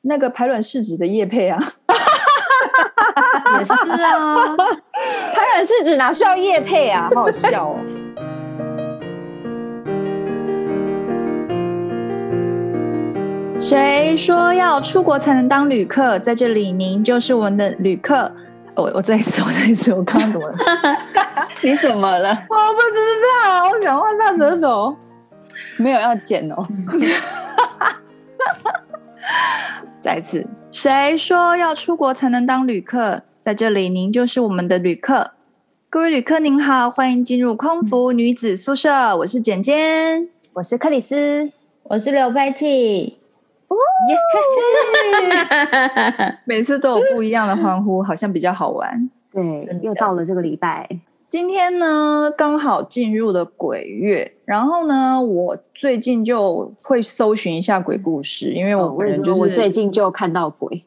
那个排卵试纸的业配啊。 也是啊， 排卵试纸哪需要业配啊，好好笑哦。 谁说要出国才能当旅客？在这里，您就是我们的旅客。我再一次，我刚刚怎么了？ 你怎么了？ 我不知道，我讲话上舌头， 没有要剪哦。 再一次，谁说要出国才能当旅客？在这里，您就是我们的旅客。各位旅客您好，欢迎进入空服女子宿舍。我是简简， 我是克里斯， 我是刘佩蒂。 每次都有不一样的欢呼，好像比较好玩。 对，又到了这个礼拜。 今天呢，刚好进入了鬼月，然后呢，我最近就会搜寻一下鬼故事，因为我本人就是、 我最近就看到鬼。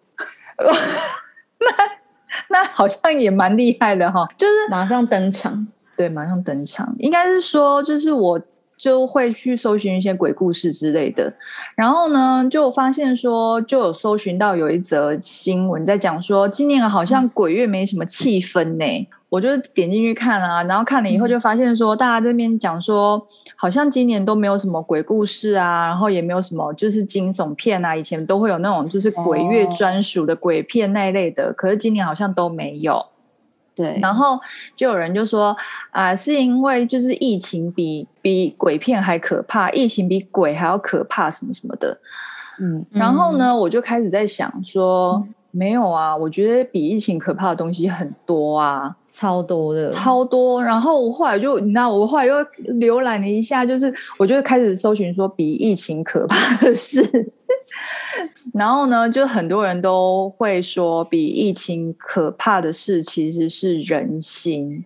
那好像也蛮厉害的哈，就是马上登场。 对，马上登场，应该是说，就是我就会去搜寻一些鬼故事之类的，然后呢，就发现说，就有搜寻到有一则新闻在讲说，今年好像鬼月没什么气氛呢。我就点进去看啊，然后看了以后就发现说，大家这边讲说，好像今年都没有什么鬼故事啊，然后也没有什么就是惊悚片啊，以前都会有那种就是鬼月专属的鬼片那一类的，可是今年好像都没有。 对， 然后就有人就说是因为就是疫情比鬼片还可怕，疫情比鬼还要可怕什么什么的。然后呢，我就开始在想说，没有啊，我觉得比疫情可怕的东西很多啊， 超多的， 超多。然后我后来就，你知道，我后来又浏览了一下，就是我就开始搜寻说比疫情可怕的事。然后呢，就很多人都会说，比疫情可怕的事其实是人心。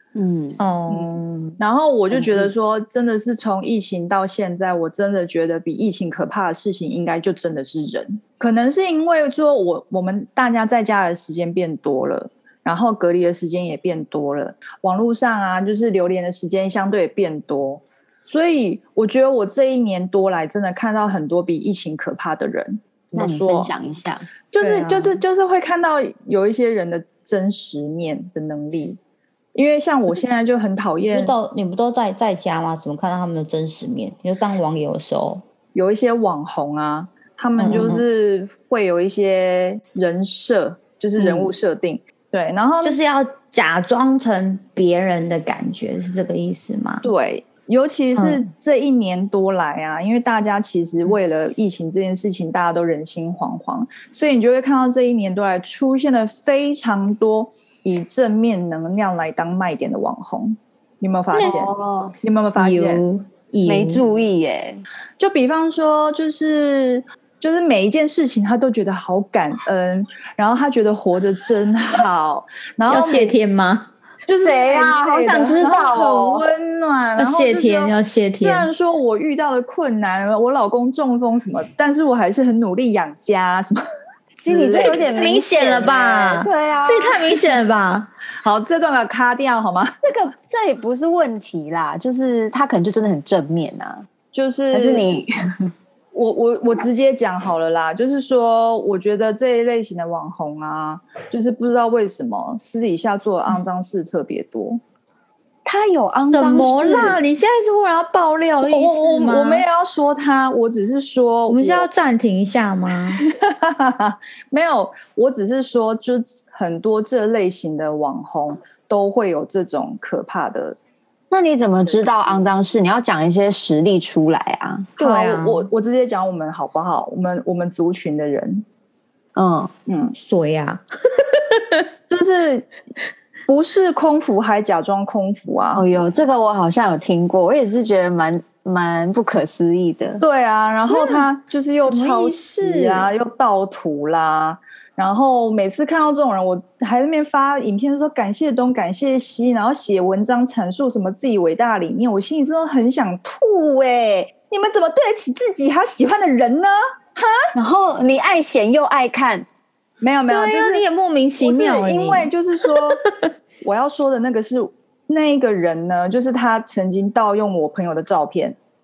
然后我就觉得说，真的是从疫情到现在，我真的觉得比疫情可怕的事情，应该就真的是人。可能是因为说我们大家在家的时间变多了，然后隔离的时间也变多了，网络上啊，就是流连的时间相对也变多，所以我觉得我这一年多来，真的看到很多比疫情可怕的人。 那你分享一下， 就是会看到有一些人的真实面的能力。因为像我现在就很讨厌， 你不都在家吗？怎么看到他们的真实面？你就当网友的时候， 有一些网红啊，他们就是会有一些人设，就是人物设定，对，然后就是要假装成别人的感觉，是这个意思吗？ 对，尤其是这一年多来啊，因为大家其实为了疫情这件事情，大家都人心惶惶，所以你就会看到这一年多来出现了非常多以正面能量来当卖点的网红。你有没有发现？你有没有发现？ 没注意耶。 就比方说，就是每一件事情他都觉得好感恩，然后他觉得活着真好，然后要谢天吗？ 谁啊？好想知道哦。 很温暖， 要谢天，要谢天。 虽然说我遇到的困难，我老公中风什么，但是我还是很努力养家什么。 你这有点明显了吧？ 对啊， 这也太明显了吧？ 好，这段给它卡掉好吗？ 这也不是问题啦，就是他可能就真的很正面啊。 就是还是你， 我直接讲好了啦，就是说，我觉得这一类型的网红啊，就是不知道为什么私底下做的肮脏事特别多。 他有肮脏事？ 怎么啦？你现在是忽然要爆料的意思吗？ 我没有要说他，我只是说， 我们现在要暂停一下吗？ 没有，我只是说，就很多这类型的网红都会有这种可怕的。 那你怎么知道肮脏事？你要讲一些实例出来啊。 对啊，我直接讲我们好不好？我们族群的人， 谁呀？ 就是不是空服还假装空服啊？ 哦哟，这个我好像有听过，我也是觉得蛮不可思议的。 对啊，然后他就是又抄袭啊，又盗图啦，然后每次看到这种人，我还在那边发影片说感谢东感谢西，然后写文章阐述什么自己伟大的理念，我心里真的很想吐欸。你们怎么对得起自己还有喜欢的人呢？哈， 然后你爱嫌又爱看。 没有， 对啊， 就是你也莫名其妙。 不是因为就是说我要说的那个是那一个人呢，就是他曾经盗用我朋友的照片，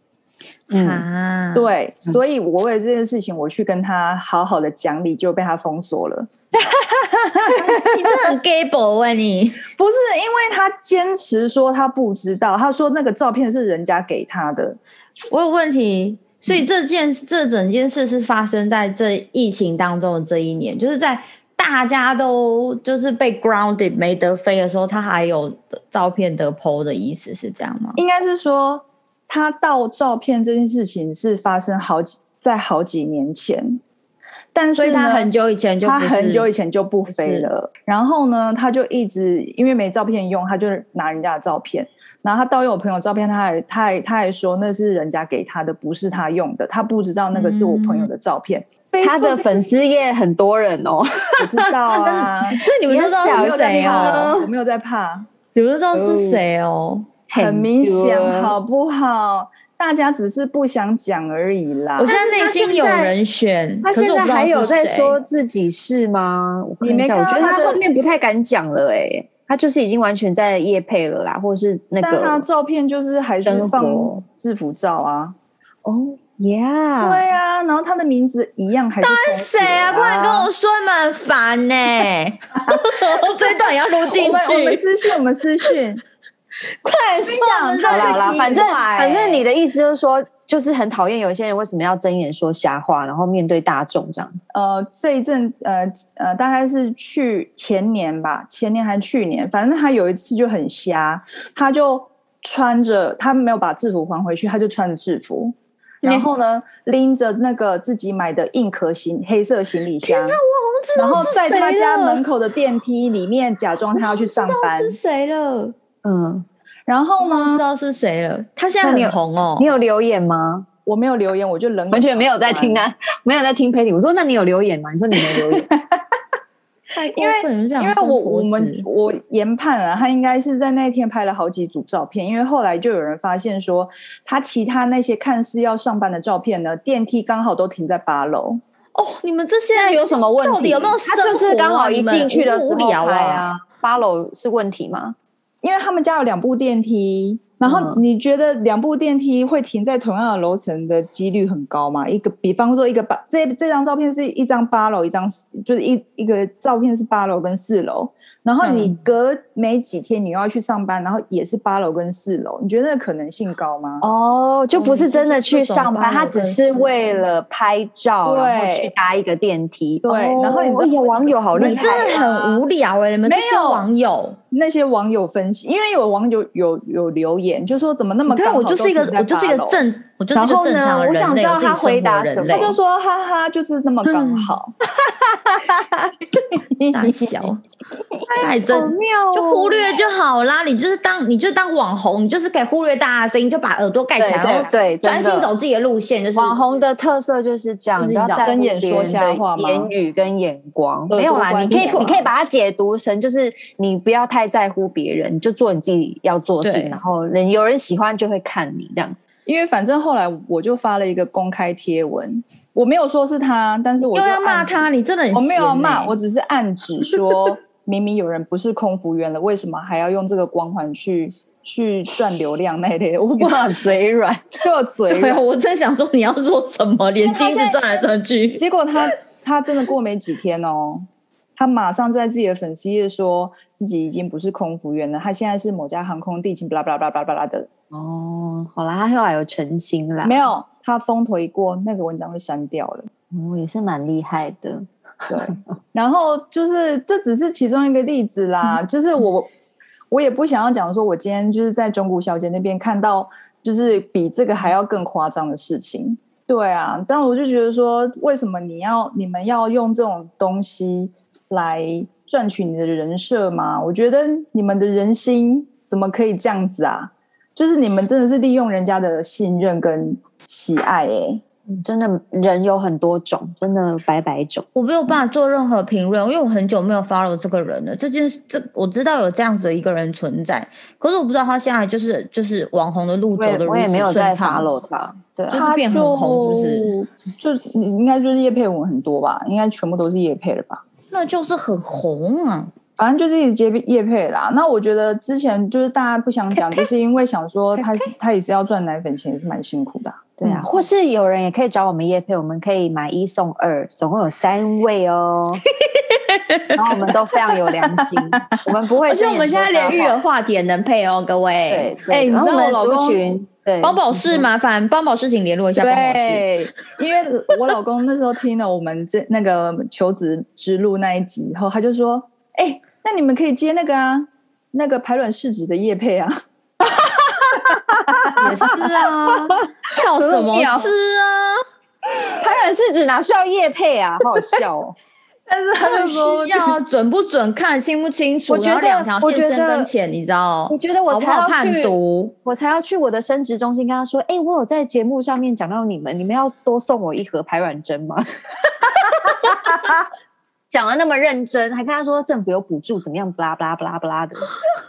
啊， 对，所以我为了这件事情，我去跟他好好的讲理，就被他封锁了。 你真的很 gay 宝你不是因为他坚持说他不知道，他说那个照片是人家给他的。 我有问题，所以这整件事是发生在这疫情当中的这一年，就是在大家都就是被 grounded 没得飞的时候，他还有照片得 po 的意思是这样吗？ 应该是说他盗照片这件事情是发生在好几年前。但是所以他很久以前就不飞了，然后呢，他就一直因为没照片用，他就拿人家的照片，然后他盗用我朋友照片，他还说那是人家给他的，不是他用的，他不知道那个是我朋友的照片。 他的粉丝页很多人哦， 我知道啊， 所以你们都知道是谁哦？ 我没有在怕， 你们都知道是谁哦？ 很明显，好不好？大家只是不想讲而已啦。 我现在内心有人选， 他现在还有在说自己是吗？ 你没看到我觉得他后面不太敢讲了他就是已经完全在业配了啦，或者是那个。 但他照片就是还是放制服照啊。 哦，yeah， 对啊，然后他的名字一样还是。 他是谁啊？快点跟我说，你们很烦呢。这一段也要录进去。 我们私讯。 快说！ 好啦，反正你的意思就是说，就是很讨厌有一些人为什么要睁眼说瞎话，然后面对大众这样。 这一阵大概是前年还是去年，反正他有一次就很瞎，他就穿着，他没有把制服还回去，他就穿着制服，然后呢拎着那个自己买的硬壳黑色行李箱，然后在他家门口的电梯里面假装他要去上班。 是谁了？ 然后呢？ 不知道是谁了。他现在很红哦。 你有留言吗？ 我没有留言，我就完全没有在听啊，没有在听Patty。我说那你有留言吗？你说你没留言。 因为我研判啊，他应该是在那天拍了好几组照片，因为后来就有人发现说，他其他那些看似要上班的照片呢，电梯刚好都停在8楼。 哦，你们这些人有什么问题？ 到底有没有生活？ 他就是刚好一进去的时候拍啊。8楼是问题吗？ 因为他们家有2部电梯，然后你觉得2部电梯会停在同样的楼层的几率很高吗？比方说这张照片是一张8楼，一张就是一个照片是8楼跟4楼，然后你隔没几天你又要去上班，然后也是8楼跟4楼，你觉得那个可能性高吗？ 哦，就不是真的去上班，他只是为了拍照，然后去搭一个电梯。 对，然后你知道网友好厉害， 你真的很无聊你们这些网友， 那些网友分析，因为有网友有留言，就说怎么那么刚好我就是一个正常的人类， 我想知道他回答什么， 他就说哈哈，就是那么刚好， 大小。太真妙， 就忽略就好啦。你就当网红，你就是可以忽略大家的声音，就把耳朵盖起来， 对， 专心走自己的路线。就是网红的特色就是这样，不要跟眼说瞎话吗？ 言语跟眼光没有啦，你可以把它解读成就是你不要太在乎别人，你就做你自己要做的事，然后有人喜欢就会看你这样子。 因为反正后来我就发了一个公开贴文。我没有说是他，但是我就又要骂他，你真的很我没有骂，我只是暗指说，明明有人不是空服员了，为什么还要用这个光环去赚流量那一类的？我不好嘴软，就嘴软。 我真想说你要说什么，连金子转来转去。 结果他真的过没几天哦，他马上在自己的粉丝页说自己已经不是空服员了，他现在是某家航空地勤，巴拉巴拉巴拉巴拉的。 哦，好啦，他后来有澄清啦。 没有，他风头一过，那个文章就删掉了。 也是蛮厉害的。 对，然后就是这只是其中一个例子啦，就是我也不想要讲说我今天就是在中古小姐那边看到就是比这个还要更夸张的事情。对啊，但我就觉得说为什么你们要用这种东西来赚取你的人设吗？我觉得你们的人心怎么可以这样子啊？就是你们真的是利用人家的信任跟喜爱真的人有很多种，真的百种。 我没有办法做任何评论，因为我很久没有 follow 这个人了。我知道有这样子的一个人存在，可是我不知道他现在就是网红的路走的如此顺畅。 我也没有在 follow 他，对， 就是变很红，是不是？ 就应该就是业配文很多吧，应该全部都是业配了吧？ 那就是很红啊。 反正就是一直接业配啦。那我觉得之前就是大家不想讲，就是因为想说他也是要赚奶粉钱，也是蛮辛苦的。 对啊，或是有人也可以找我们业配，我们可以买1送2，总共有3位哦。然后我们都非常有良心，我们不会。 而且我们现在连育儿话题也能配哦，各位。 对， 你知道我老公对帮宝适麻烦帮宝适请联络一下帮宝适。 对，因为我老公那时候听了我们那个求子之路那一集以后，他就说：“那你们可以接那个啊，那个排卵试纸的业配啊。” 也是啊，跳什么事啊？ 排卵试纸哪需要业配啊？好好笑哦。 但是他就说要准不准看清不清楚，然后2条线深跟浅，你知道？ 我觉得我好不好判读？ 我才要去我的生殖中心跟他说：“我有在节目上面讲到你们要多送我1盒排卵针吗？”讲得那么认真，还跟他说政府有补助，怎么样？不啦不啦不啦不啦的。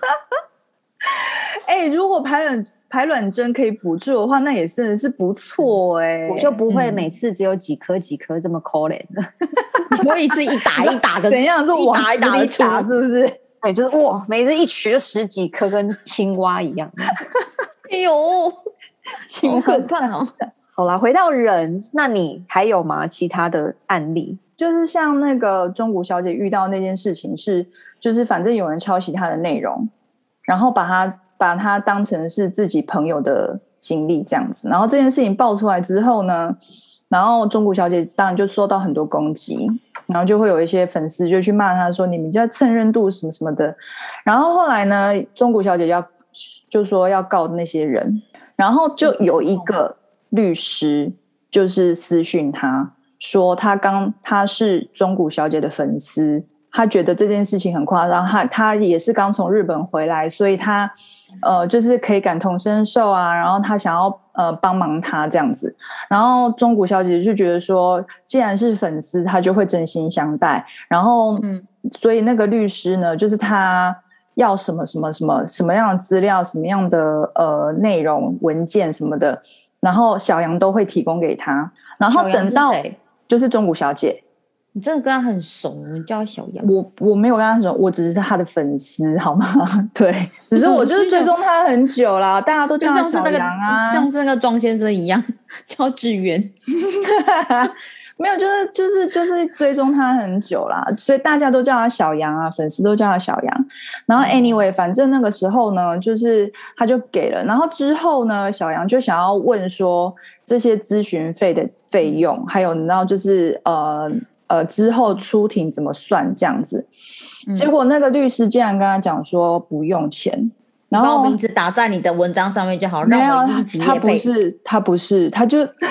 如果排卵针可以补助的话，那也真的是不错我就不会每次只有几颗这么可怜的。 我一次一打一打的， 怎样？是往一打里打，是不是？ 对，就是哇，每次一取就10几颗，跟青蛙一样。 哎呦，好可怕哦！ 好啦，回到人，那你还有吗？其他的案例？ 就是像那个中古小姐遇到那件事情是，就是反正有人抄袭她的内容，然后把它当成是自己朋友的经历这样子，然后这件事情爆出来之后呢，然后中古小姐当然就受到很多攻击，然后就会有一些粉丝就去骂她说你们叫蹭热度什么什么的，然后后来呢，中古小姐就说要告那些人，然后就有一个律师就是私讯她说他是中古小姐的粉丝，他觉得这件事情很夸张，他也是刚从日本回来，所以他就是可以感同身受啊，然后他想要帮忙他这样子，然后中古小姐就觉得说既然是粉丝他就会真心相待，然后所以那个律师呢就是他要什么什么什么什么样的资料什么样的内容文件什么的，然后小杨都会提供给他，然后等到就是中古小姐。 你真的跟他很熟，你叫他小杨。 我没有跟他很熟，我只是他的粉丝，好吗？对，只是我就是追踪他很久啦，大家都叫他小杨啊， 像是那个庄先生一样叫志源。 没有，就是追踪他很久啦，所以大家都叫他小杨啊，粉丝都叫他小杨。然后 anyway， 反正那个时候呢，就是他就给了，然后之后呢，小杨就想要问说这些咨询费的费用，还有你知道就是之后出庭怎么算这样子，结果那个律师竟然跟他讲说不用钱，然后把我名字打在你的文章上面就好，让我立即业配。 他不是，他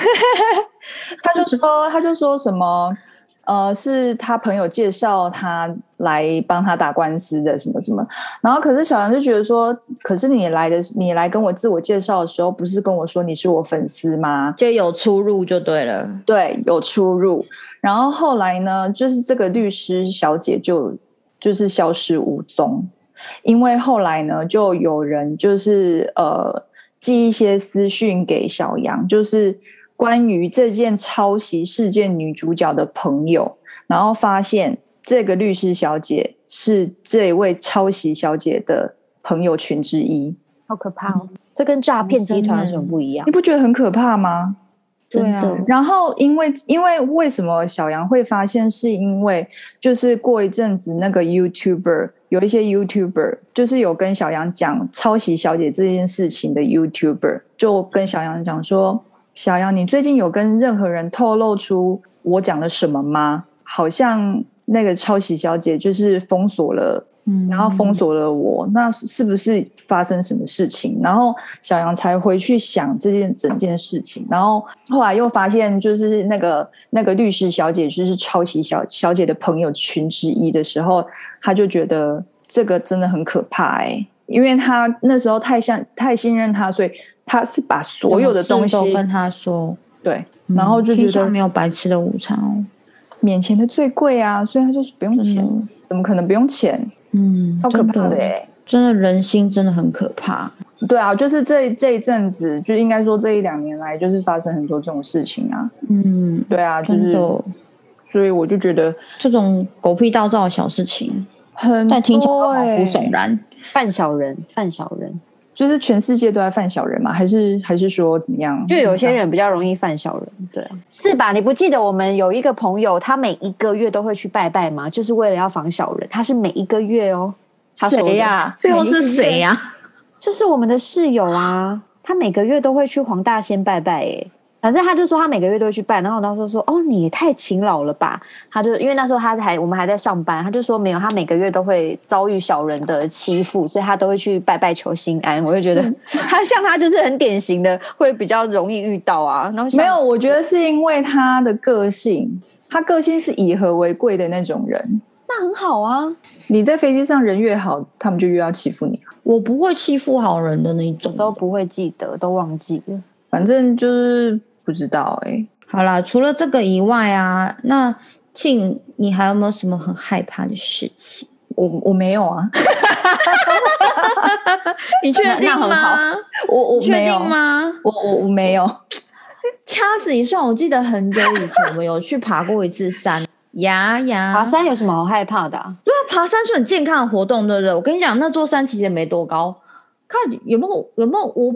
就说什么是他朋友介绍他来帮他打官司的什么什么，然后可是小杨就觉得说，可是你来跟我自我介绍的时候，不是跟我说你是我粉丝吗？ 就有出入就对了， 对，有出入。然后后来呢，就是这个律师小姐就是消失无踪，因为后来呢，就有人就是寄一些私讯给小杨，就是关于这件抄袭事件女主角的朋友，然后发现这个律师小姐是这位抄袭小姐的朋友群之一。 好可怕哦！这跟诈骗集团有什么不一样？ 你不觉得很可怕吗？ 真的。 对啊，然后因为为什么小杨会发现，是因为就是过一阵子那个 YouTuber 有一些 YouTuber 就是有跟小杨讲抄袭小姐这件事情的 YouTuber 就跟小杨讲说，小杨你最近有跟任何人透露出我讲了什么吗？好像那个抄袭小姐就是封锁了然后封锁了我，那是不是发生什么事情？然后小杨才回去想整件事情，然后后来又发现就是那个律师小姐就是抄袭小姐的朋友群之一的时候，他就觉得这个真的很可怕因为他那时候太信任他，所以他是把所有的东西都跟他说， 对，然后就觉得没有白吃的午餐哦， 免钱的最贵啊，所以他就是不用钱，怎么可能不用钱？超可怕的真的人心真的很可怕。 对啊，就是这一阵子，就应该说这1-2年来，就是发生很多这种事情啊。对啊，就是所以我就觉得这种狗屁倒灶的小事情很多， 但听起来毛骨悚然。 犯小人。 就是全世界都在犯小人吗？还是说怎么样？ 就有些人比较容易犯小人，对，是吧？你不记得我们有一个朋友，他每一个月都会去拜拜吗？就是为了要防小人，他是每一个月哦。 谁呀？ 最后是谁呀？ 就是我们的室友啊，他每个月都会去黄大仙拜拜耶。反正他就说他每个月都会去拜，然后我当时说哦，你也太勤劳了吧。他就因为那时候我们还在上班，他就说没有，他每个月都会遭遇小人的欺负，所以他都会去拜拜求心安。我就觉得他就是很典型的会比较容易遇到啊。然后没有，我觉得是因为他的个性，他个性是以和为贵的那种人， 那很好啊。 你在飞机上人越好，他们就越要欺负你。 我不会欺负好人的那种， 都不会记得，都忘记了， 反正就是不知道好啦，除了这个以外啊，那庆你还有没有什么很害怕的事情？ 我没有啊。 你确定吗？ 我确定吗？ 我没有。 掐指一算，我记得很久以前我们有去爬过一次山。 爬山有什么好害怕的啊？ 对啊，爬山是很健康的活动，对不对？我跟你讲，那座山其实也没多高，看有没有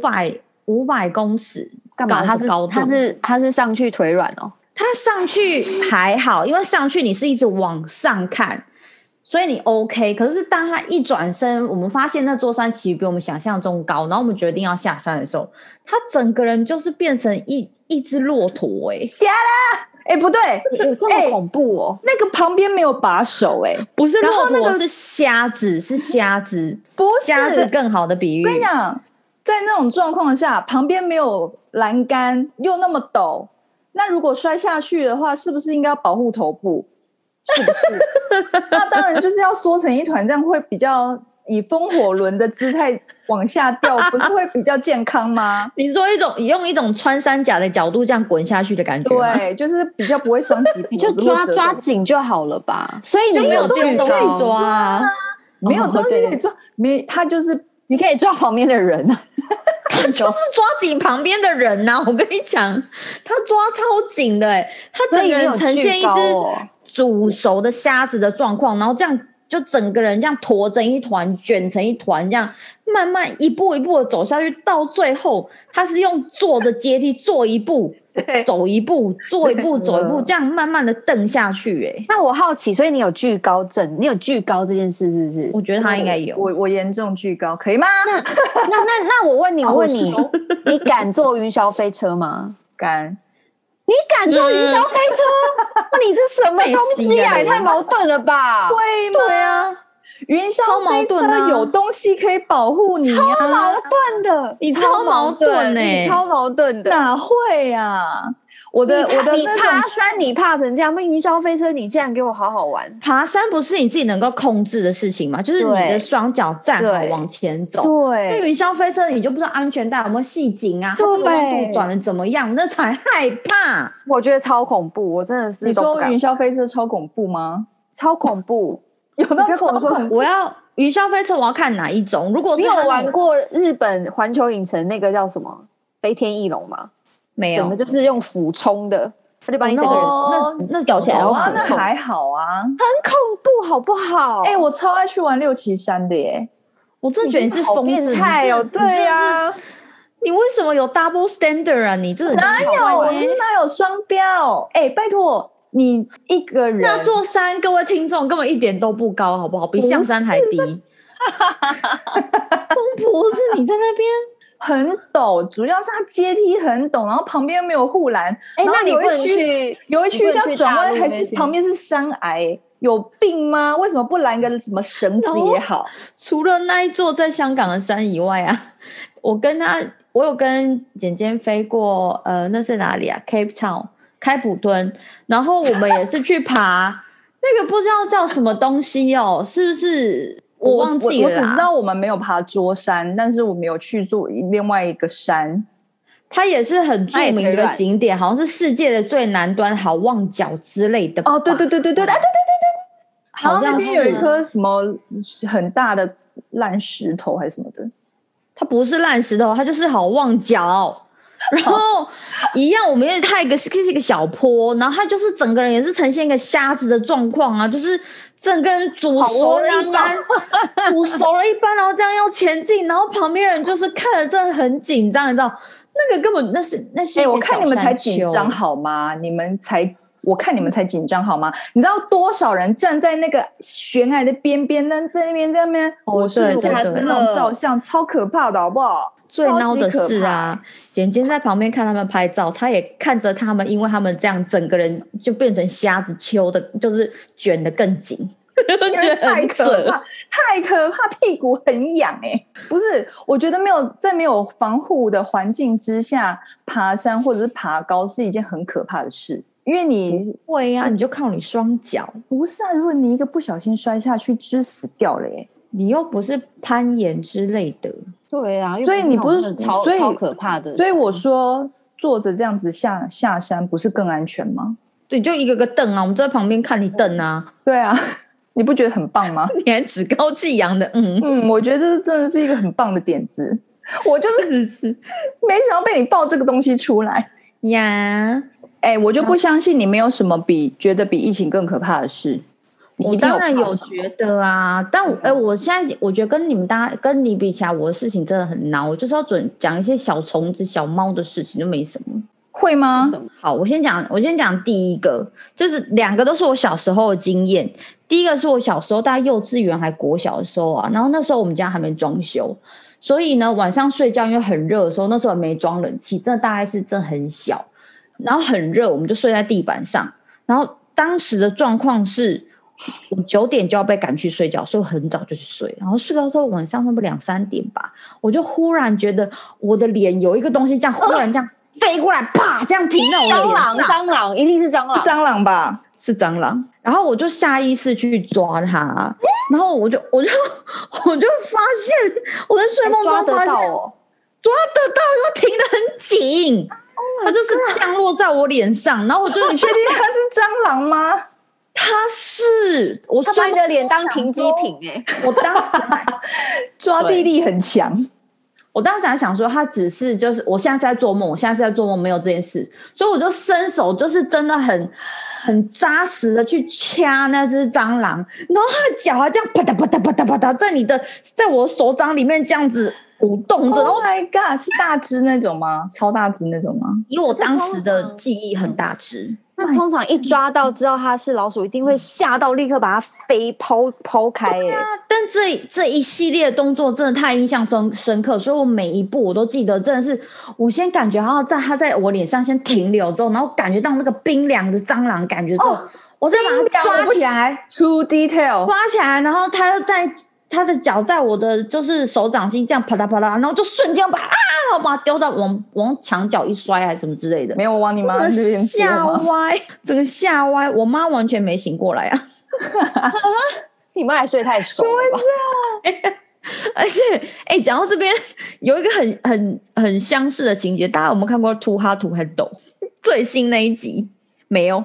500公尺。 干嘛？他是上去腿软哦。 他上去还好，因为上去你是一直往上看，所以你 OK。可是当他一转身，我们发现那座山其实比我们想象中高，然后我们决定要下山的时候，他整个人就是变成一只骆驼瞎啦！不对， 有这么恐怖哦？ 那个旁边没有把手不是骆驼，是瞎子，是瞎子， 不是瞎子更好的比喻。 我跟你讲，在那种状况下，旁边没有栏杆，又那么陡，那如果摔下去的话，是不是应该要保护头部？是不是？那当然就是要缩成一团，这样会比较以风火轮的姿态往下掉，不是会比较健康吗？ 你说用一种穿山甲的角度这样滚下去的感觉吗？ 对，就是比较不会伤及你就抓紧就好了吧。所以你没有东西可以抓啊，没有东西可以抓，他就是你可以抓旁边的人啊。 他就是抓紧旁边的人啊！我跟你讲，他抓超紧的他整个人呈现一只煮熟的虾子的状况，然后这样就整个人这样坨成一团，卷成一团，这样慢慢一步一步的走下去，到最后他是用坐的阶梯坐一步。走一步，做一步，走一步，这样慢慢的蹬下去。 那我好奇，所以你有惧高症？你有惧高这件事是不是？ 我觉得他应该有。 我严重惧高，可以吗？ 那我问你，你敢坐云霄飞车吗？ 敢。 你敢坐云霄飞车？你这什么东西啊？也太矛盾了吧？ 会吗？ 对啊。 云霄飞车有东西可以保护你超矛盾的， 你超矛盾你超矛盾的， 哪会啊？ 你爬山你怕成这样，那云霄飞车你竟然给我好好玩。 爬山不是你自己能够控制的事情嘛，就是你的双脚站好往前走。 对， 那云霄飞车你就不知道安全带有没有系紧啊，它这个弯度转的怎么样，那才害怕。 我觉得超恐怖，我真的是。 你说云霄飞车超恐怖吗？ 超恐怖。 有那种我要云霄飞车，我要看哪一种？如果你有玩过日本环球影城那个叫什么飞天翼龙吗？ 没有， 整个就是用俯冲的，他就把你整个人那吊起来，然后俯冲， 那还好啊， 很恐怖，好不好？ 我超爱去玩六旗山的耶， 我真的觉得你是疯子， 态哦，对啊。 你为什么有 double standard 啊？你这哪有双标？拜托。你一个人， 那座山，各位听众根本一点都不高，好不好？比象山还低。疯婆子，你在那边很陡，主要是它阶梯很陡，然后旁边没有护栏。 那你有一区要转弯，还是旁边是山崖？有病吗？为什么不拦个什么绳子也好？ 除了那一座在香港的山以外啊，我有跟简简飞过，那是哪里啊 ？Cape Town。开普敦，然后我们也是去爬那个不知道叫什么东西哦，是不是？我忘记了。 我只知道我们没有爬桌山，但是我们有去做另外一个山， 它也是很著名的景点，好像是世界的最南端好望角之类的。 哦，对， 好像是有一颗什么很大的烂石头还是什么的。 它不是烂石头，它就是好望角。 然后一样，我们也它是一个小坡，然后他就是整个人也是呈现一个瞎子的状况啊，就是整个人煮熟了一般，煮熟了一般，然后这样要前进，然后旁边人就是看着真的很紧张，你知道，那个根本那些我看你们才紧张好吗？我看你们才紧张好吗？你知道多少人站在那个悬崖的边边，在那边，我是那种照相，超可怕的，好不好？ 最孬的是啊，简简在旁边看他们拍照，他也看着他们，因为他们这样整个人就变成瞎子揪的，就是卷得更紧，觉得很扯， 太可怕，屁股很痒不是，我觉得在没有防护的环境之下爬山或者是爬高是一件很可怕的事。因为你会啊，你就靠你双脚。 不是啊，如果你一个不小心摔下去，就是死掉了你又不是攀岩之类的。 对啊， 所以你不是超可怕的。 所以我说坐着这样子下山不是更安全吗？ 对，就一个个瞪啊，我们在旁边看你瞪啊。 对啊，你不觉得很棒吗？ 你还趾高气扬的， 我觉得这真的是一个很棒的点子。我就是没想到被你爆这个东西出来呀。 我就不相信你没有什么觉得比疫情更可怕的事。 我当然有觉得啊，但我现在我觉得跟你比起来，我的事情真的很孬。我就是要讲一些小虫子、小猫的事情，就没什么。 会吗？ 好，我先讲第一个，就是2个都是我小时候的经验。第一个是我小时候大概幼稚园还国小的时候啊，然后那时候我们家还没装修，所以呢晚上睡觉因为很热的时候，那时候也没装冷气，真的大概是真的很小。然后很热，我们就睡在地板上。然后当时的状况是，我9点就要被赶去睡觉，所以我很早就去睡。然后睡到之后晚上差不多2、3点吧，我就忽然觉得我的脸有一个东西这样忽然这样飞过来，啪，这样停在我的脸上。 蟑螂，一定是蟑螂， 蟑螂吧？ 是蟑螂。然后我就下意识去抓它，然后我就发现我在睡梦中发现抓得到，又停得很紧。它就是降落在我脸上，然后我就你确定它是蟑螂吗？ 它是， 它把你的脸当停机坪我当时抓地力很强。 我当时还想说，它只是就是我现在是在做梦，没有这件事，所以我就伸手，就是真的很扎实的去掐那只蟑螂，然后它的脚还这样啪嗒啪嗒啪嗒啪嗒在我手掌里面这样子舞动着。 Oh my god， 是大只那种吗？超大只那种吗？ 因为我当时的记忆很大只。 那通常一抓到知道它是老鼠，一定会吓到，立刻把它抛开但这一系列动作真的太印象深刻，所以我每一步我都记得，真的是我先感觉好像它在我脸上先停留之后，然后感觉到那个冰凉的蟑螂感觉之后，我再把它抓起来 ，too detail， 抓起来，然后它又在他的脚在我的就是手掌心这样啪啦啪啦，然后就瞬间然后把它丢到往墙角一摔还是什么之类的， 没有，我往你妈那边吓歪，整个吓歪，我妈完全没醒过来啊！ 你妈还睡太熟了吧？ 而且，讲到这边有一个很相似的情节，大家有没有看过《Too Hot to Handle》最新那一集？没有。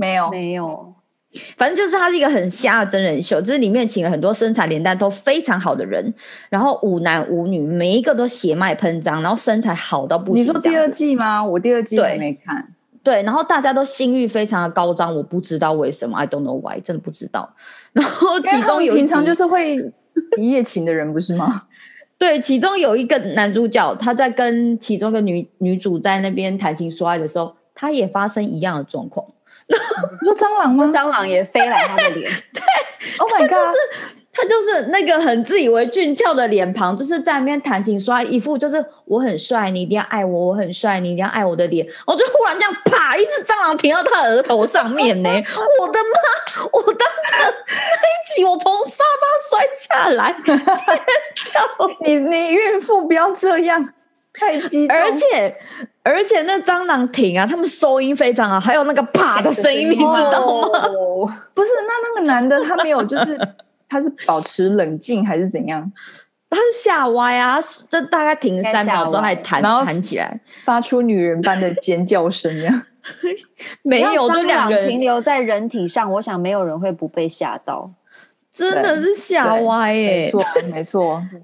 反正就是它是一个很瞎的真人秀，就是里面请了很多身材脸蛋都非常好的人，然后5男5女，每一个都血脉喷张，然后身材好到不行。 你说第2季吗？我第2季还没看。 对，然后大家都性欲非常的高涨，我不知道为什么 ，I don't know why， 真的不知道。然后其中有平常就是会一夜情的人，不是吗？ 对，其中有一个男主角，他在跟其中一个女主在那边谈情说爱的时候，他也发生一样的状况。 你说蟑螂吗？ 蟑螂也飞来他的脸。 对 ，Oh my god！ 他就是那个很自以为俊俏的脸庞，就是在那边谈情说爱，一副就是我很帅，你一定要爱我；我很帅，你一定要爱我的脸。我就忽然这样啪，一只蟑螂停到他额头上面呢！我的妈！我当时那一集我从沙发摔下来，尖叫！ 你孕妇不要这样，太激动。 而且那蟑螂停啊，他们收音非常好，还有那个啪的声音，你知道吗？ 不是，那个男的他没有，就是他是保持冷静还是怎样？ 他是吓歪啊，这大概停3秒都还弹起来， 发出女人般的尖叫声，这样没有，就2个人停留在人体上，我想没有人会不被吓到， 真的是吓歪耶， 没错。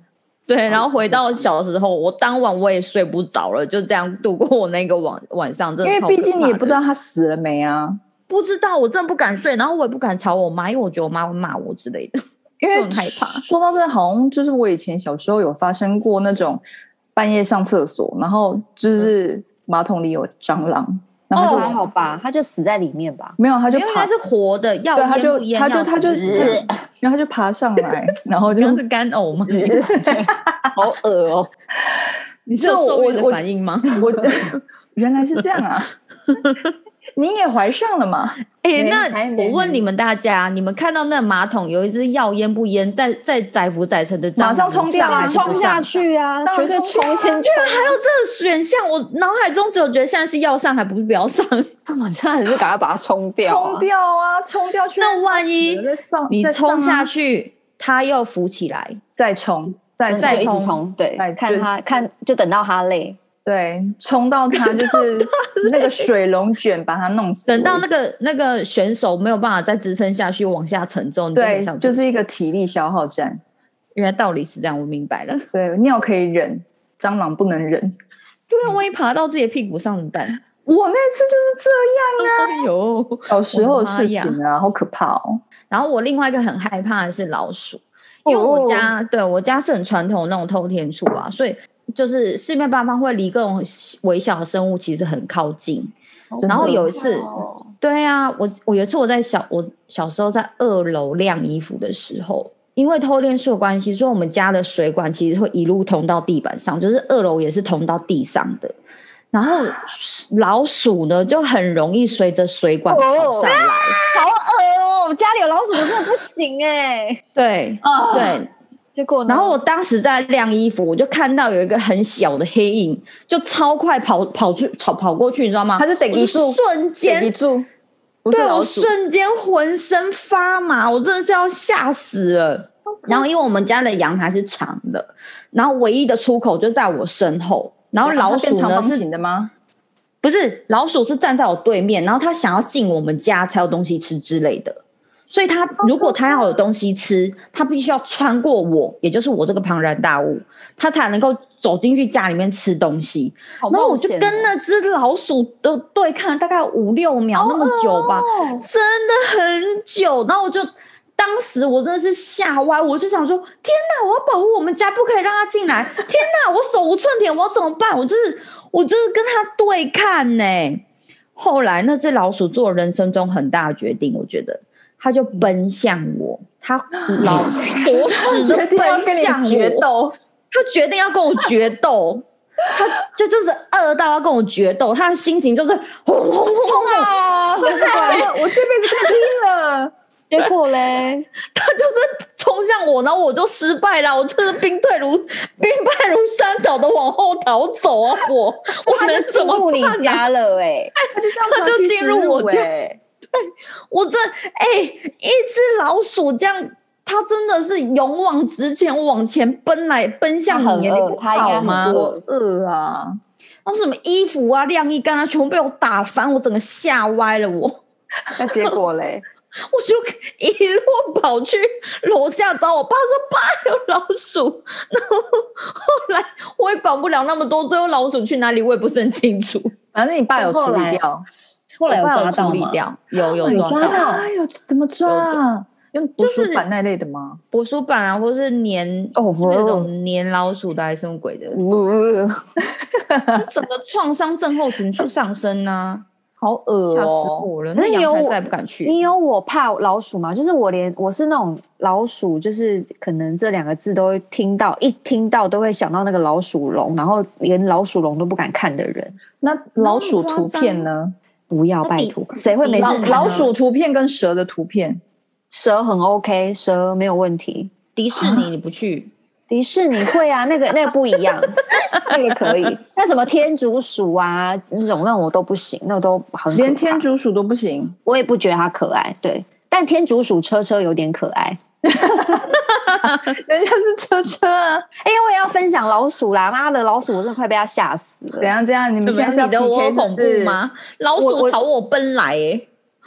对，然后回到小时候，我当晚我也睡不着了，就这样度过我那个晚上，真的因为毕竟你也不知道他死了没啊， 不知道，我真的不敢睡，然后我也不敢吵我妈，因为我觉得我妈会骂我之类的， 因为很害怕。 说到这，好像就是我以前小时候有发生过那种半夜上厕所，然后就是马桶里有蟑螂。然后就还好吧，他就死在里面吧？ 没有，他就因为他是活的，要对， 淹然后他就爬上来，然后就是干呕吗？ 好恶哦！ 你是有受孕的反应吗？ 我原来是这样啊！你也怀上了吗？ 那我问你们大家，你们看到那马桶有一只要淹不淹，在载浮载沉的蟑螂， 马上冲掉啊， 冲下去啊！绝对冲先冲！ 居然还有这个选项，我脑海中只有觉得现在是要上，还不是不要上？ 这么真的是赶快把它冲掉， 冲掉啊！冲掉去！ 那万一你冲下去，它又浮起来， 再冲，再冲，对，看就等到它累。 对，冲到它就是那个水龙卷把它弄死， 等到那个选手没有办法再支撑下去往下沉重， 对，就是一个体力消耗战。 原来道理是这样，我明白了。 对，尿可以忍，蟑螂不能忍。 对啊，万一爬到自己的屁股上怎么办？ 我那次就是这样啊！ 哎呦， 小时候的事情啊，好可怕哦。 然后我另外一个很害怕的是老鼠，因为我家是很传统那种透天厝啊，所以就是四面八方会离各种微小的生物其实很靠近。然后有一次，对啊，我有一次我小时候在2楼晾衣服的时候，因为透天厝的关系，所以我们家的水管其实会一路通到地板上，就是2楼也是通到地上的。然后老鼠呢就很容易随着水管跑上来， 好恶哦！家里有老鼠真的不行对对。 结果呢？ 然后我当时在晾衣服，我就看到有一个很小的黑影，就超快跑过去，你知道吗？ 它是等一住， 瞬间，对，我瞬间浑身发麻，我真的是要吓死了。然后因为我们家的阳台是长的，然后唯一的出口就在我身后。然后老鼠呢是的吗？ 不是，老鼠是站在我对面，然后它想要进我们家才有东西吃之类的。所以如果他要有东西吃，他必须要穿过我，也就是我这个庞然大物，他才能够走进去家里面吃东西。然后我就跟那只老鼠的对抗大概5-6秒那么久吧，真的很久。然后当时我真的是吓歪，我就想说：天哪，我要保护我们家，不可以让他进来！天哪，我手无寸铁，我要怎么办？我就是跟他对抗呢。后来那只老鼠做了人生中很大的决定，我觉得。他就奔向我，他夺食的奔向我，他决定要跟我决斗，他就是饿到要跟我决斗，他的心情就是轰轰轰啊！我这辈子跟你拼了。 结果嘞， 他就是冲向我，然后我就失败了，我就是兵败如山倒的往后逃走啊！我能怎么进入你家了？ 他就进入我家。对，我一只老鼠这样，它真的是勇往直前，往前奔向你，你不好吗？ 多饿啊！ 然后什么衣服啊、晾衣杆啊，全部被我打翻，我整个吓歪了我。 那结果嘞？ 我就一路跑去楼下找我爸说：“爸，有老鼠。”然后后来我也管不了那么多，最后老鼠去哪里我也不是很清楚。 反正你爸有处理掉。 后来有抓到吗？有抓到。 哎呦，怎么抓啊？用捕鼠板那类的吗？ 捕鼠板啊，或是粘那种粘老鼠的，还是什么鬼的？整个创伤症候群去上升啊！ 好恶哦， 吓死我了！那阳台再也不敢去。 你有我怕老鼠吗？就是我是那种老鼠，就是可能这2个字都会一听到都会想到那个老鼠笼，然后连老鼠笼都不敢看的人。 那老鼠图片呢？ 不要，拜托，谁会没事看老鼠图片跟蛇的图片？ 蛇很 OK， 蛇没有问题。 迪士尼你不去？ 迪士尼会啊，那个不一样，那个可以。那什么天竺鼠啊，那种我都不行，那都很可怕。 连天竺鼠都不行， 我也不觉得它可爱。对，但天竺鼠车有点可爱。 人家是车啊！ 我也要分享老鼠啦！妈的，老鼠我真的快被它吓死了。 怎样？你们现在是要 PK 恐怖吗？老鼠朝我奔来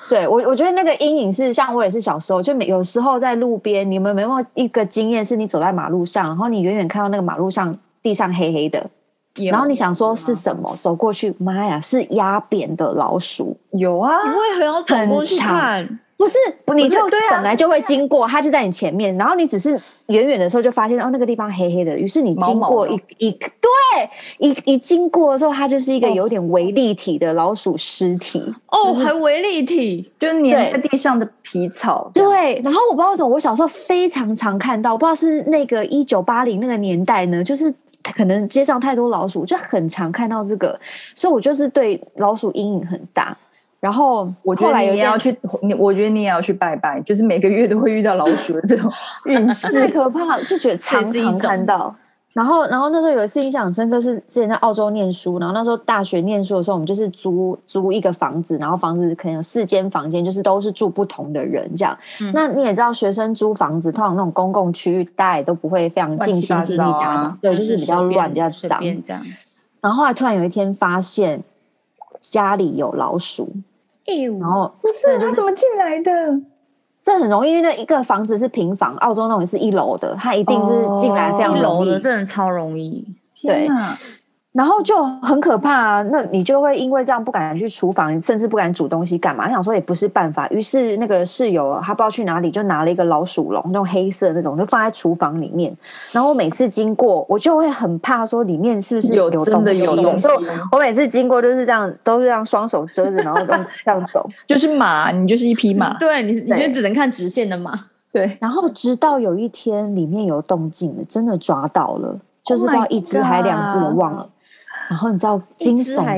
对我觉得那个阴影是像我也是小时候，就有时候在路边，你们有没有一个经验是你走在马路上，然后你远远看到那个马路上地上黑黑的，然后你想说是什么，走过去，妈呀，是压扁的老鼠。 有啊， 你会很要走过去看。 不是，你就本来就会经过，它就在你前面，然后你只是远远的时候就发现那个地方黑黑的，于是你经过一经过的时候，它就是一个有点微立体的老鼠尸体还微立体， 就是粘在地上的皮草。 对，然后我不知道为什么，我小时候非常常看到，不知道是那个1980那个年代呢，就是可能街上太多老鼠，就很常看到这个，所以我就是对老鼠阴影很大。然后我觉得你也要去，我觉得你也要去拜拜，就是每个月都会遇到老鼠的这种运势， 太可怕了，就觉得常常看到。然后那时候有一次印象很深刻，是之前在澳洲念书，然后那时候大学念书的时候，我们就是租一个房子，然后房子可能有4间房间，就是都是住不同的人这样。那你也知道，学生租房子通常那种公共区域，大家也都不会非常尽心尽力打扫，对，就是比较乱，比较脏这样。然后后来突然有一天发现家里有老鼠。然后不是他怎么进来的？ 这很容易，因为那一个房子是平房，澳洲那种是1楼的，它一定是进来非常容易， 1楼的真的超容易。 对，然后就很可怕啊！那你就会因为这样不敢去厨房，甚至不敢煮东西干嘛？你想说也不是办法，于是那个室友他不知道去哪里，就拿了一个老鼠笼，那种黑色的那种，就放在厨房里面。然后我每次经过，我就会很怕说里面是不是有真的有东西。 我每次经过就是这样，都是这样双手遮着，然后这样走， 就是马，你就是一匹马。 对，你就只能看直线的马。 对， 然后直到有一天里面有动静了，真的抓到了，就是不知道1只还2只，我忘了。然后你知道惊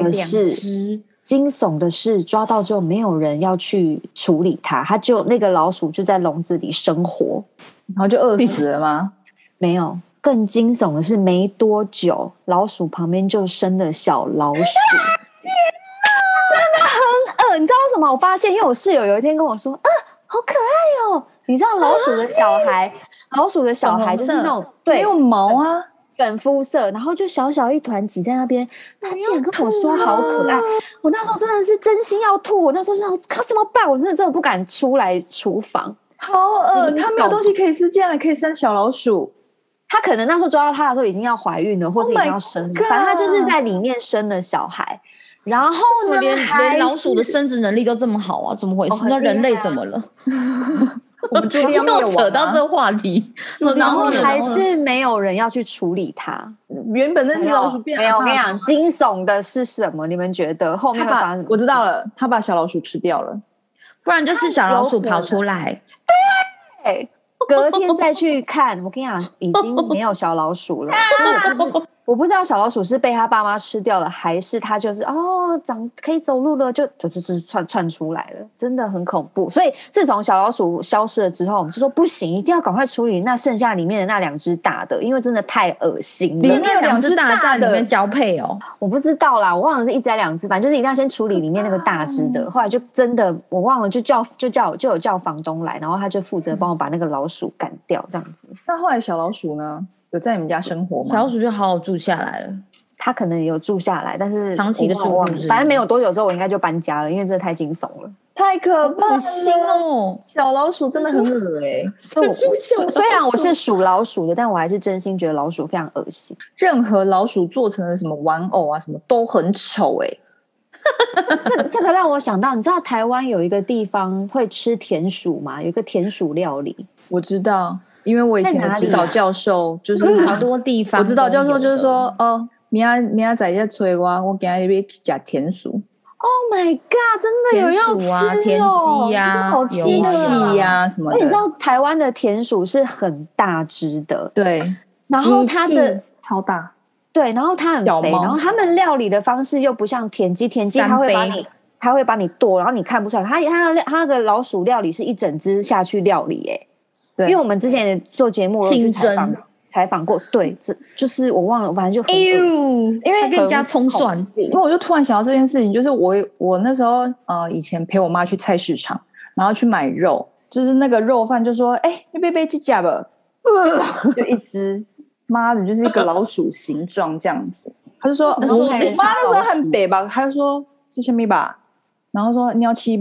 悚的是抓到之后没有人要去处理它，它就那个老鼠就在笼子里生活， 然后就饿死了吗？ 没有，更惊悚的是没多久老鼠旁边就生了小老鼠。真的很恶，你知道为什么？我发现因为我室友有一天跟我说好可爱哦，你知道老鼠的小孩就是那种没有毛啊， 粉肤色，然后就小小一团挤在那边。他竟然跟我说好可爱，我那时候真的是真心要吐。我那时候想怎么办？我真的不敢出来厨房， 好恶！他没有东西可以吃，竟然可以生小老鼠。 他可能那时候抓到他的时候已经要怀孕了，或是已经要生了，反正他就是在里面生了小孩。然后呢， 连老鼠的生殖能力都这么好啊？怎么回事？那人类怎么了？ 我们注定要灭亡， 扯到这个话题， 然后还是没有人要去处理它。 原本那些老鼠变没有，我跟你讲，惊悚的是什么？你们觉得后面会发生什么？ 我知道了，他把小老鼠吃掉了， 不然就是小老鼠跑出来。 对，隔天再去看，我跟你讲，已经没有小老鼠了。我不知道小老鼠是被他爸妈吃掉了，还是他就是长可以走路了，就是窜出来了，真的很恐怖。所以自从小老鼠消失了之后，我们就说不行，一定要赶快处理那剩下里面的那2只大的，因为真的太恶心了。 里面有2只大在里面交配哦， 我不知道啦，我忘了是1只还2只，反正就是一定要先处理里面那个大只的。后来就真的我忘了，就有叫房东来，然后他就负责帮我把那个老鼠赶掉，这样子。 那后来小老鼠呢？有在你们家生活吗？ 小老鼠就好好住下来了， 他可能也有住下来，但是长期的住户， 反正没有多久之后我应该就搬家了，因为真的太惊悚了， 太可怕了， 恶心哦！ 小老鼠真的很恶虽然我是属老鼠的，但我还是真心觉得老鼠非常恶心。 任何老鼠做成的什么玩偶啊，什么都很丑这个让我想到，你知道台湾有一个地方会吃田鼠吗？有一个田鼠料理， 我知道。因为我以前的指导教授就是好多地方， 我指导教授就是说，明仔载在催我今日要吃田鼠。 Oh my god！ 真的有要吃哦， 田鸡啊， 机器啊什么的。 你知道台湾的田鼠是很大只的， 对， 然后它的超大， 对，然后它很肥，然后他们料理的方式又不像田鸡它会把你剁，然后你看不出来，它那个老鼠料理是一整只下去料理对，因为我们之前也做节目去采访过，对，这就是我忘了，反正就很因为跟加葱蒜， 因为我就突然想到这件事情，就是我那时候以前陪我妈去菜市场，然后去买肉，就是那个肉贩就说，你被鸡夹吧，就一只，妈的，就是一个老鼠形状这样子，他就说，我妈那时候很北吧，他就说是什么吧，然后说你要吃吧。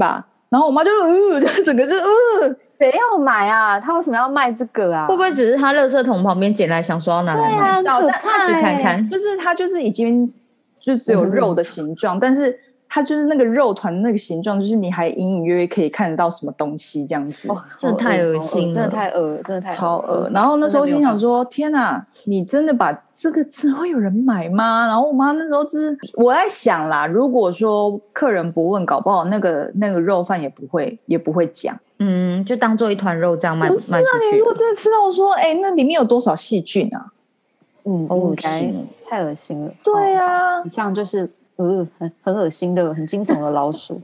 然后我妈就整个就谁要买啊？他为什么要卖这个啊？ 会不会只是他垃圾桶旁边捡来想说要拿来卖？ 对啊，很可怕试看看。 就是它就是已经就只有肉的形状，但是它就是那个肉团那个形状，就是你还隐隐约约可以看得到什么东西这样子。 真的太恶心了， 真的太恶，真的太超恶。然后那时候心想说：天哪，你真的把这个真会有人买吗？然后我妈那时候就是我在想啦，如果说客人不问，搞不好那个肉贩也不会讲。 就当做一团肉这样卖出去。 不是啊，你如果真的吃到说，那里面有多少细菌啊？ 应该太恶心了。 对啊， 以上就是很恶心的、很惊悚的老鼠。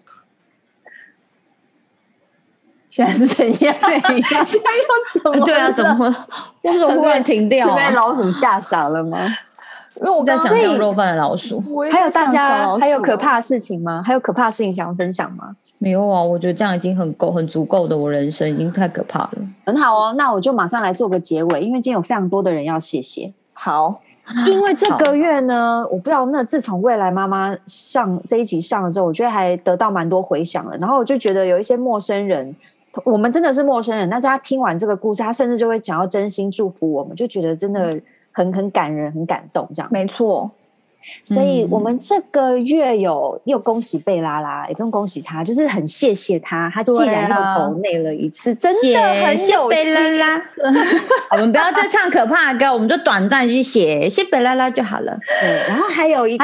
现在是怎样？现在又怎么？ 对啊，怎么为什么忽然停掉？ 被老鼠吓傻了吗？ 因为我在想象肉贩的老鼠。 还有大家还有可怕的事情吗？还有可怕的事情想要分享吗？ 没有啊，我觉得这样已经很足够的，我人生已经太可怕了。 很好哦，那我就马上来做个结尾，因为今天有非常多的人要谢谢。 好， 因为这个月呢，我不知道自从未来妈妈上这一集上了之后，我觉得还得到蛮多回响了。然后我就觉得有一些陌生人，我们真的是陌生人，但是他听完这个故事，他甚至就会想要真心祝福我们，就觉得真的很感人，很感动这样。 没错。 所以我们这个月又恭喜贝拉拉，也不用恭喜他，就是很谢谢他既然又抖内了一次，真的很有贝拉拉。我们不要再唱可怕的歌，我们就短暂去谢贝拉拉就好了。 对，然后还有一个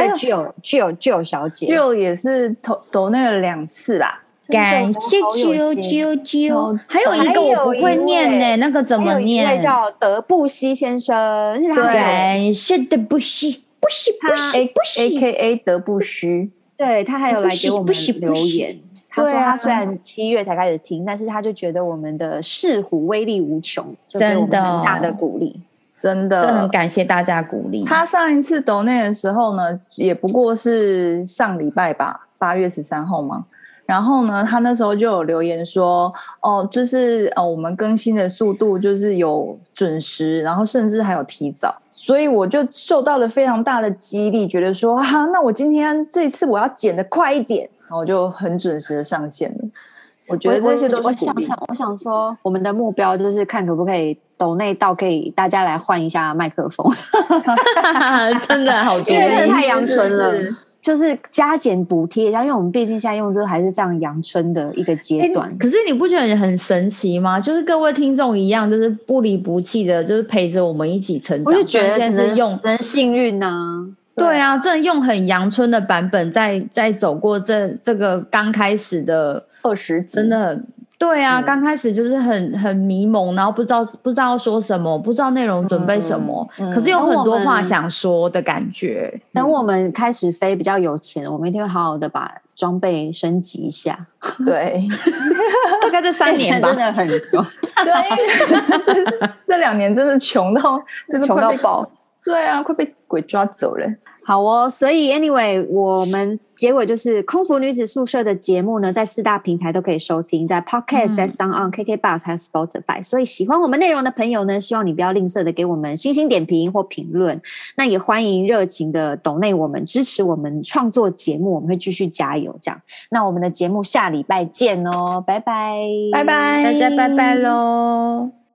Jo小姐 ，Jo也是抖内了2次啦。 感谢啾，还有一个我不会念呢，那个怎么念？ 还有一位叫德布西先生， 感谢德布西。不是 AKA 德布须， 对，他还有来给我们留言。他说他虽然7月才开始听，但是他就觉得我们的视虎威力无穷，就给我们很大的鼓励。 真的很感谢大家鼓励。 他上一次抖内的时候呢，也不过是上礼拜吧，8月13号嘛。然后呢，他那时候就有留言说，就是我们更新的速度就是有准时，然后甚至还有提早，所以我就受到了非常大的激励，觉得说那我这一次我要剪得快一点，然后我就很准时的上线了。我觉得这些都是鼓励。 我想说，我们的目标就是看可不可以抖内到可以大家来换一下麦克风， 真的好多， 因为太阳春了。就是加减补贴一下，因为我们毕竟现在用这个还是非常阳春的一个阶段。 可是你不觉得很神奇吗？就是各位听众一样，就是不离不弃的，就是陪着我们一起成长。 我就觉得只能幸运啊。对啊，真的用很阳春的版本在走过这个刚开始的 20集， 真的。对啊，刚开始就是很迷蒙，然后不知道说什么，不知道内容准备什么，可是有很多话想说的感觉。 等我们开始飞比较有钱，我们一定会好好的把装备升级一下。 对， 大概这3年吧， 真的很穷。 对，这2年真的穷到就是穷到爆。 对啊，快被鬼抓走了。 好哦，所以 anyway， 我们结尾就是空服女子宿舍的节目呢，在4大平台都可以收听，在 Podcast、在 SoundOn、KKBOX 还有 Spotify。所以喜欢我们内容的朋友呢，希望你不要吝啬的给我们星星点评或评论。那也欢迎热情的抖内我们，支持我们创作节目，我们会继续加油这样。那我们的节目下礼拜见哦，拜拜， 拜拜， 大家拜拜喽。